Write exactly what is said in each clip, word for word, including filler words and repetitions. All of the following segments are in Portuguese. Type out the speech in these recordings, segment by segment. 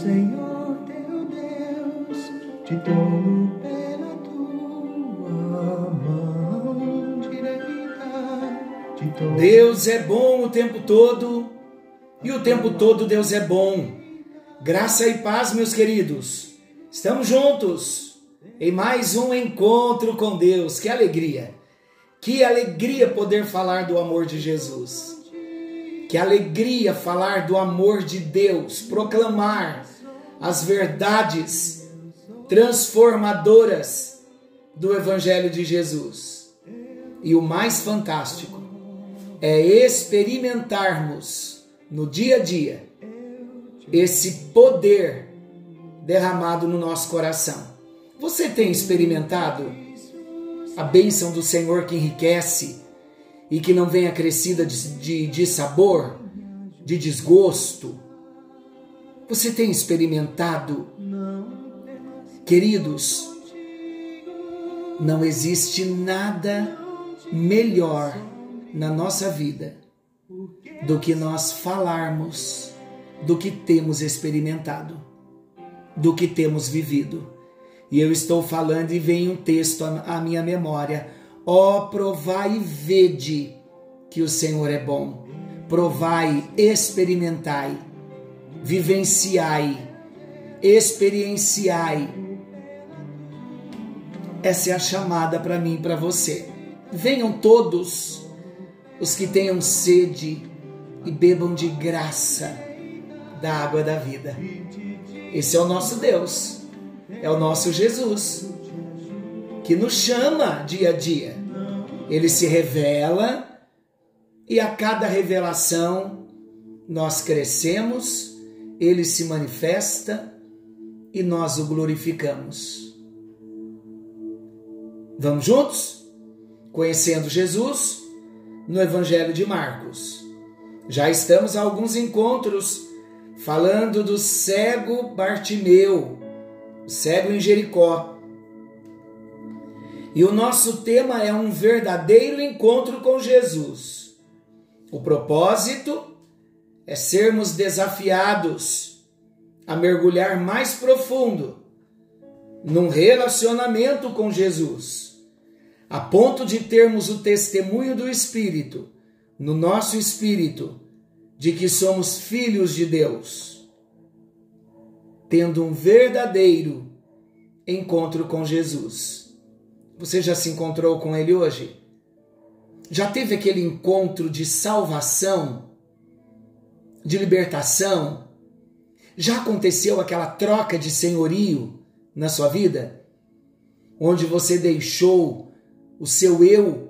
Senhor teu Deus, te tomo pela tua mão direita. Te tomo... Deus é bom o tempo todo, e o tempo todo Deus é bom. Graça e paz, meus queridos. Estamos juntos em mais um encontro com Deus. Que alegria! Que alegria poder falar do amor de Jesus. Que alegria falar do amor de Deus, proclamar as verdades transformadoras do Evangelho de Jesus. E o mais fantástico é experimentarmos no dia a dia esse poder derramado no nosso coração. Você tem experimentado a bênção do Senhor que enriquece e que não vem acrescida de, de, de sabor, de desgosto? Você tem experimentado? Queridos, não existe nada melhor na nossa vida do que nós falarmos do que temos experimentado, do que temos vivido. E eu estou falando e vem um texto à minha memória. Ó, oh, provai e vede que o Senhor é bom. Provai, experimentai, vivenciai, experienciai. Essa é a chamada para mim e para você. Venham todos os que tenham sede e bebam de graça da água da vida. Esse é o nosso Deus, é o nosso Jesus, que nos chama dia a dia. Ele se revela e a cada revelação nós crescemos, ele se manifesta e nós o glorificamos. Vamos juntos? Conhecendo Jesus no Evangelho de Marcos. Já estamos a alguns encontros falando do cego Bartimeu, o cego em Jericó. E o nosso tema é um verdadeiro encontro com Jesus. O propósito é sermos desafiados a mergulhar mais profundo num relacionamento com Jesus, a ponto de termos o testemunho do Espírito, no nosso espírito, de que somos filhos de Deus, tendo um verdadeiro encontro com Jesus. Você já se encontrou com Ele hoje? Já teve aquele encontro de salvação, de libertação? Já aconteceu aquela troca de senhorio na sua vida? Onde você deixou o seu eu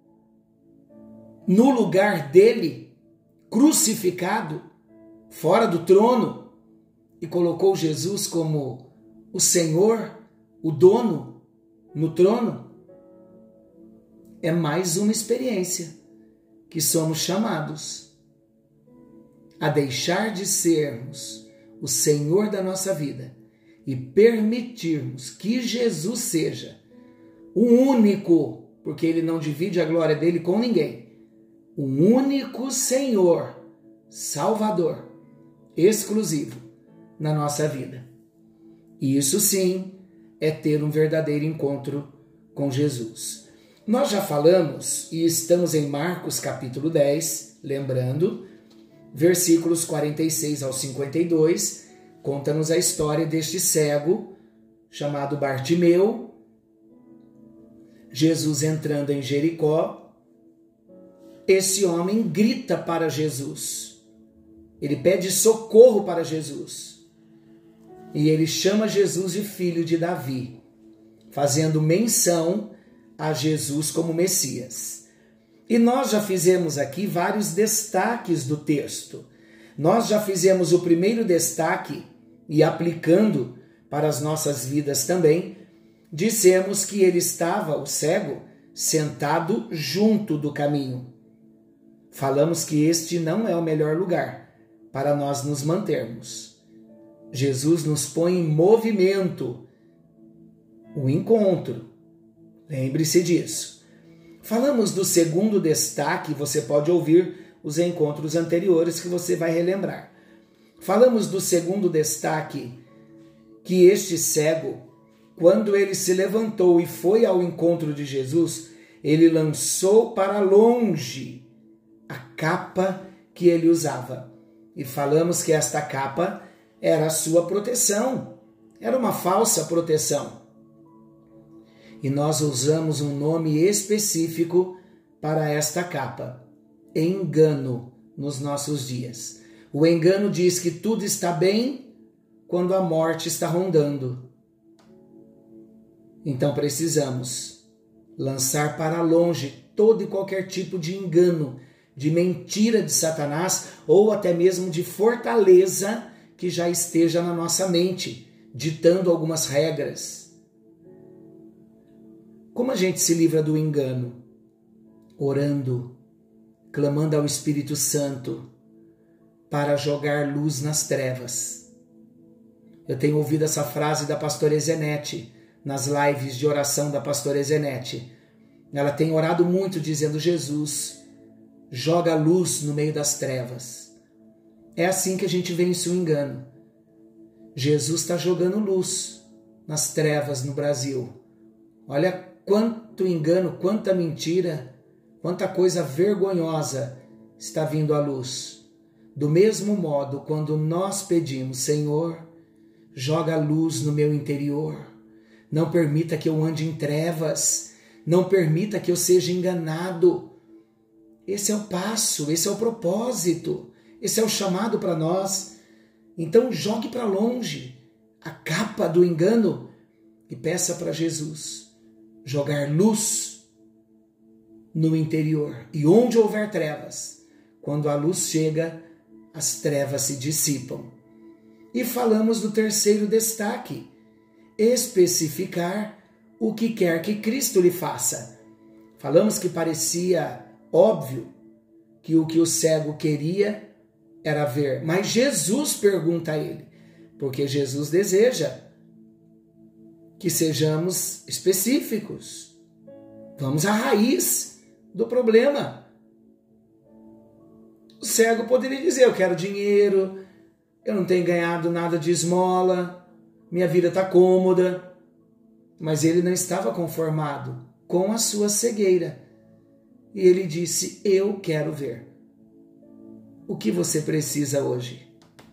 no lugar dele, crucificado, fora do trono, e colocou Jesus como o Senhor, o dono, no trono? É mais uma experiência que somos chamados a deixar de sermos o Senhor da nossa vida e permitirmos que Jesus seja o único, porque Ele não divide a glória dele com ninguém, o único Senhor, Salvador, exclusivo na nossa vida. E isso sim é ter um verdadeiro encontro com Jesus. Nós já falamos e estamos em Marcos capítulo dez, lembrando, versículos quarenta e seis ao cinquenta e dois, conta-nos a história deste cego chamado Bartimeu. Jesus entrando em Jericó, esse homem grita para Jesus. Ele pede socorro para Jesus. E ele chama Jesus de filho de Davi, fazendo menção a Jesus como Messias. E nós já fizemos aqui vários destaques do texto. Nós já fizemos o primeiro destaque e aplicando para as nossas vidas também, dissemos que ele estava, o cego, sentado junto do caminho. Falamos que este não é o melhor lugar para nós nos mantermos. Jesus nos põe em movimento, o encontro. Lembre-se disso. Falamos do segundo destaque, você pode ouvir os encontros anteriores que você vai relembrar. Falamos do segundo destaque, que este cego, quando ele se levantou e foi ao encontro de Jesus, ele lançou para longe a capa que ele usava. E falamos que esta capa era a sua proteção, era uma falsa proteção. E nós usamos um nome específico para esta capa: engano, nos nossos dias. O engano diz que tudo está bem quando a morte está rondando. Então precisamos lançar para longe todo e qualquer tipo de engano, de mentira de Satanás ou até mesmo de fortaleza que já esteja na nossa mente, ditando algumas regras. Como a gente se livra do engano? Orando, clamando ao Espírito Santo para jogar luz nas trevas. Eu tenho ouvido essa frase da pastora Ezenete nas lives de oração da pastora Ezenete. Ela tem orado muito dizendo: Jesus, joga luz no meio das trevas. É assim que a gente vence o engano. Jesus está jogando luz nas trevas no Brasil. Olha quanto engano, quanta mentira, quanta coisa vergonhosa está vindo à luz. Do mesmo modo, quando nós pedimos: Senhor, joga luz no meu interior, não permita que eu ande em trevas, não permita que eu seja enganado. Esse é o passo, esse é o propósito, esse é o chamado para nós. Então jogue para longe a capa do engano e peça para Jesus jogar luz no interior. E onde houver trevas, quando a luz chega, as trevas se dissipam. E falamos do terceiro destaque: especificar o que quer que Cristo lhe faça. Falamos que parecia óbvio que o que o cego queria era ver, mas Jesus pergunta a ele, porque Jesus deseja que sejamos específicos. Vamos à raiz do problema. O cego poderia dizer: eu quero dinheiro, eu não tenho ganhado nada de esmola, minha vida está cômoda. Mas ele não estava conformado com a sua cegueira. E ele disse: eu quero ver. O que você precisa hoje?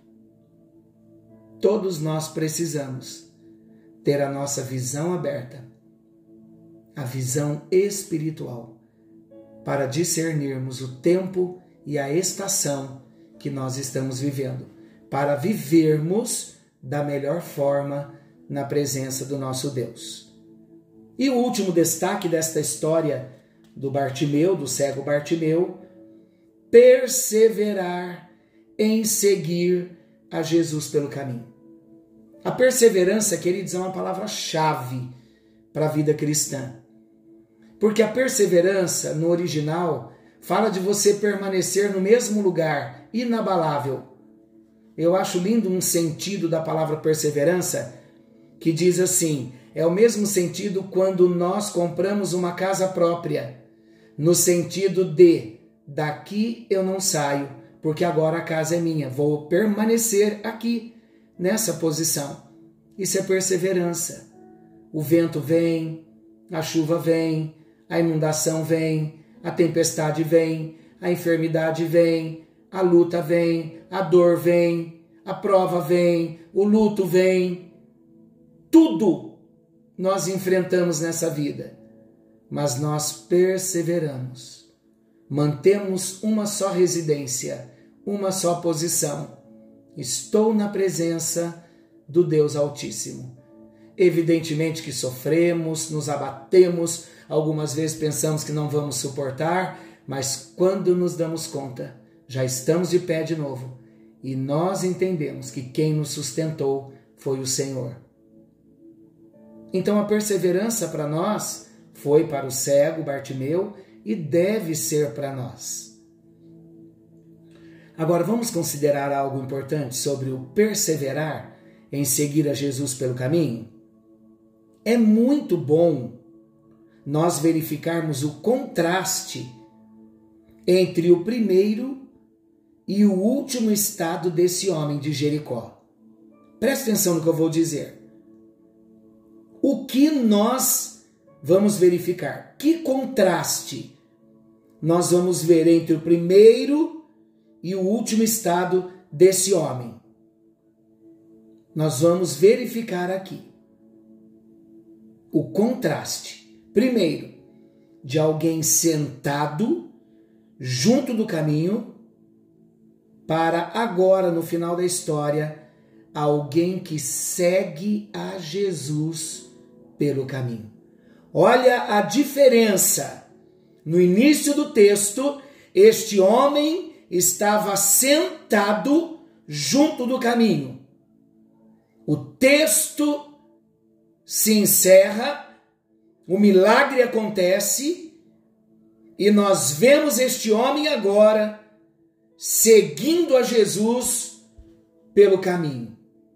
Todos nós precisamos ter a nossa visão aberta, a visão espiritual, para discernirmos o tempo e a estação que nós estamos vivendo, para vivermos da melhor forma na presença do nosso Deus. E o último destaque desta história do Bartimeu, do cego Bartimeu: perseverar em seguir a Jesus pelo caminho. A perseverança, queridos, é uma palavra-chave para a vida cristã. Porque a perseverança, no original, fala de você permanecer no mesmo lugar, inabalável. Eu acho lindo um sentido da palavra perseverança, que diz assim: é o mesmo sentido quando nós compramos uma casa própria, no sentido de, daqui eu não saio, porque agora a casa é minha, vou permanecer aqui, nessa posição. Isso é perseverança. O vento vem, a chuva vem, a inundação vem, a tempestade vem, a enfermidade vem, a luta vem, a dor vem, a prova vem, o luto vem. Tudo nós enfrentamos nessa vida, mas nós perseveramos. Mantemos uma só residência, uma só posição. Estou na presença do Deus Altíssimo. Evidentemente que sofremos, nos abatemos, algumas vezes pensamos que não vamos suportar, mas quando nos damos conta, já estamos de pé de novo e nós entendemos que quem nos sustentou foi o Senhor. Então a perseverança para nós foi para o cego Bartimeu e deve ser para nós. Agora vamos considerar algo importante sobre o perseverar em seguir a Jesus pelo caminho? É muito bom nós verificarmos o contraste entre o primeiro e o último estado desse homem de Jericó. Presta atenção no que eu vou dizer. O que nós vamos verificar? Que contraste nós vamos ver entre o primeiro e o último estado desse homem? Nós vamos verificar aqui o contraste. Primeiro, de alguém sentado junto do caminho, para agora, no final da história, alguém que segue a Jesus pelo caminho. Olha a diferença. No início do texto, este homem estava sentado junto do caminho. O texto se encerra, o milagre acontece e nós vemos este homem agora seguindo a Jesus pelo caminho.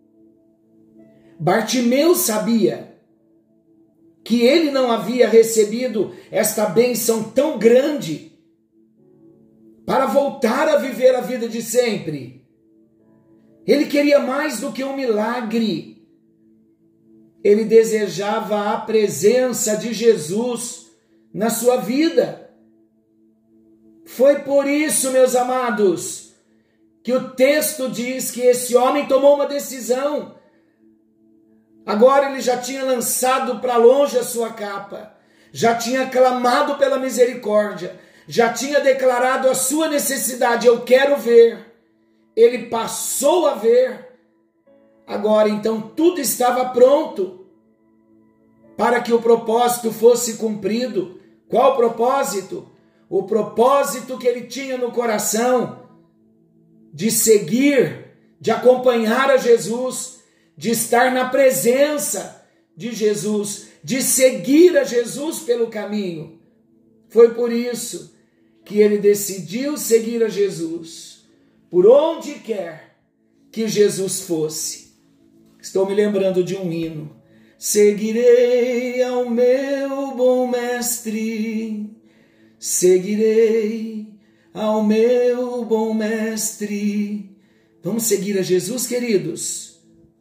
Bartimeu sabia que ele não havia recebido esta bênção tão grande para voltar a viver a vida de sempre. Ele queria mais do que um milagre. Ele desejava a presença de Jesus na sua vida. Foi por isso, meus amados, que o texto diz que esse homem tomou uma decisão. Agora ele já tinha lançado para longe a sua capa, já tinha clamado pela misericórdia, já tinha declarado a sua necessidade. Eu quero ver. Ele passou a ver. Agora então tudo estava pronto para que o propósito fosse cumprido. Qual propósito? O propósito que ele tinha no coração de seguir, de acompanhar a Jesus, de estar na presença de Jesus, de seguir a Jesus pelo caminho. Foi por isso que ele decidiu seguir a Jesus, por onde quer que Jesus fosse. Estou me lembrando de um hino. Seguirei ao meu bom mestre, seguirei ao meu bom mestre. Vamos seguir a Jesus, queridos?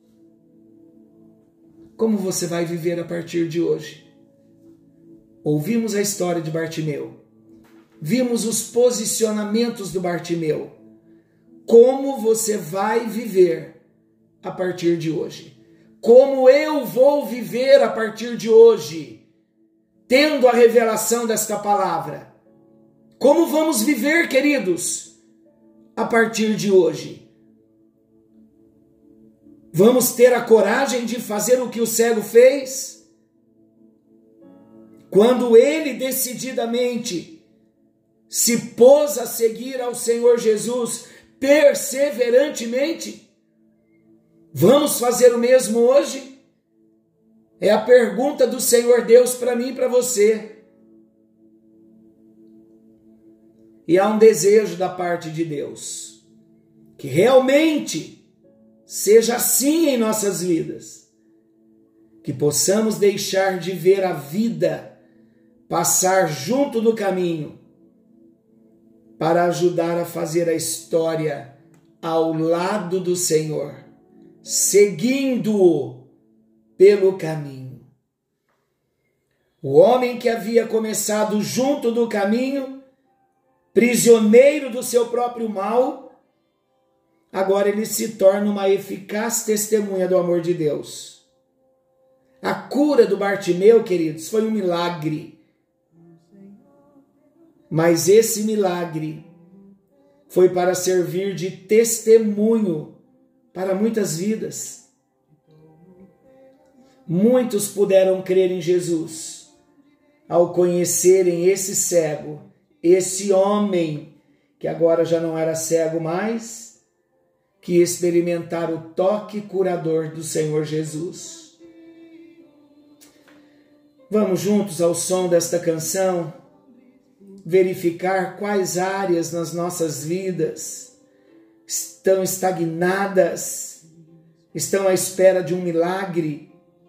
Como você vai viver a partir de hoje? Ouvimos a história de Bartimeu. Vimos os posicionamentos do Bartimeu. Como você vai viver a partir de hoje? Como eu vou viver a partir de hoje, tendo a revelação desta palavra? Como vamos viver, queridos, a partir de hoje? Vamos ter a coragem de fazer o que o cego fez? Quando ele decididamente se pôs a seguir ao Senhor Jesus perseverantemente, vamos fazer o mesmo hoje? É a pergunta do Senhor Deus para mim e para você. E há um desejo da parte de Deus, que realmente seja assim em nossas vidas, que possamos deixar de ver a vida passar junto do caminho, para ajudar a fazer a história ao lado do Senhor, seguindo-o pelo caminho. O homem que havia começado junto do caminho, prisioneiro do seu próprio mal, agora ele se torna uma eficaz testemunha do amor de Deus. A cura do Bartimeu, queridos, foi um milagre. Mas esse milagre foi para servir de testemunho para muitas vidas. Muitos puderam crer em Jesus ao conhecerem esse cego, esse homem que agora já não era cego mais, que experimentaram o toque curador do Senhor Jesus. Vamos juntos ao som desta canção verificar quais áreas nas nossas vidas estão estagnadas, estão à espera de um milagre.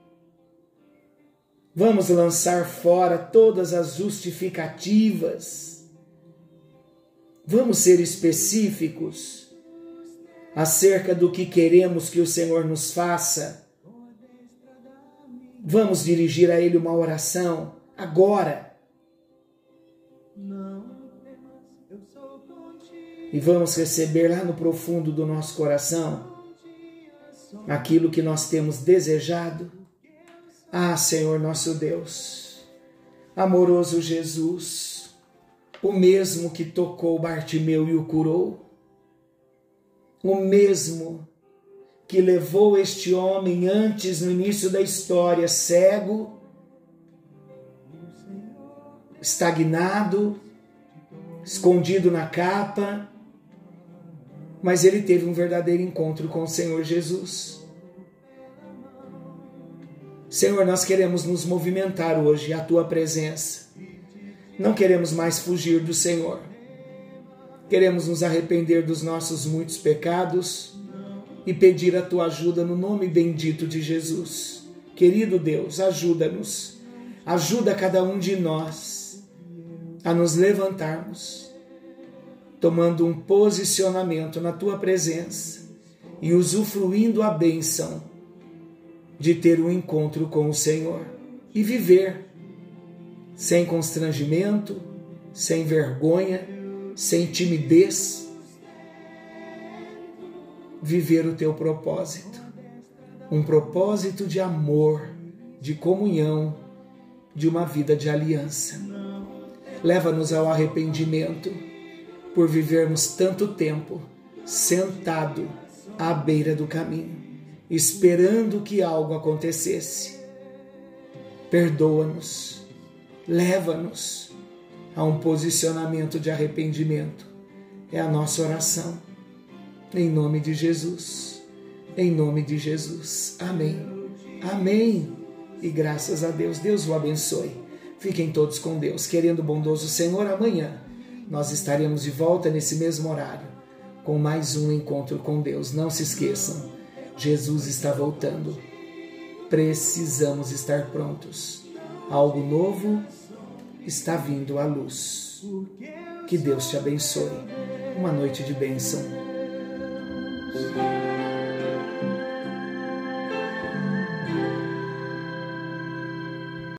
Vamos lançar fora todas as justificativas. Vamos ser específicos acerca do que queremos que o Senhor nos faça. Vamos dirigir a Ele uma oração agora. E vamos receber lá no profundo do nosso coração aquilo que nós temos desejado. Ah, Senhor nosso Deus, amoroso Jesus, o mesmo que tocou Bartimeu e o curou, o mesmo que levou este homem antes, no início da história, cego, estagnado, escondido na capa, mas ele teve um verdadeiro encontro com o Senhor Jesus. Senhor, nós queremos nos movimentar hoje à Tua presença. Não queremos mais fugir do Senhor. Queremos nos arrepender dos nossos muitos pecados e pedir a Tua ajuda no nome bendito de Jesus. Querido Deus, ajuda-nos. Ajuda cada um de nós a nos levantarmos, tomando um posicionamento na Tua presença e usufruindo a bênção de ter um encontro com o Senhor e viver sem constrangimento, sem vergonha, sem timidez, viver o Teu propósito, um propósito de amor, de comunhão, de uma vida de aliança. Leva-nos ao arrependimento por vivermos tanto tempo sentado à beira do caminho, esperando que algo acontecesse. Perdoa-nos, leva-nos a um posicionamento de arrependimento. É a nossa oração. Em nome de Jesus. Em nome de Jesus. Amém. Amém. E graças a Deus. Deus o abençoe. Fiquem todos com Deus. Querendo o bondoso Senhor, amanhã nós estaremos de volta nesse mesmo horário com mais um encontro com Deus. Não se esqueçam, Jesus está voltando. Precisamos estar prontos. Algo novo está vindo à luz. Que Deus te abençoe. Uma noite de bênção.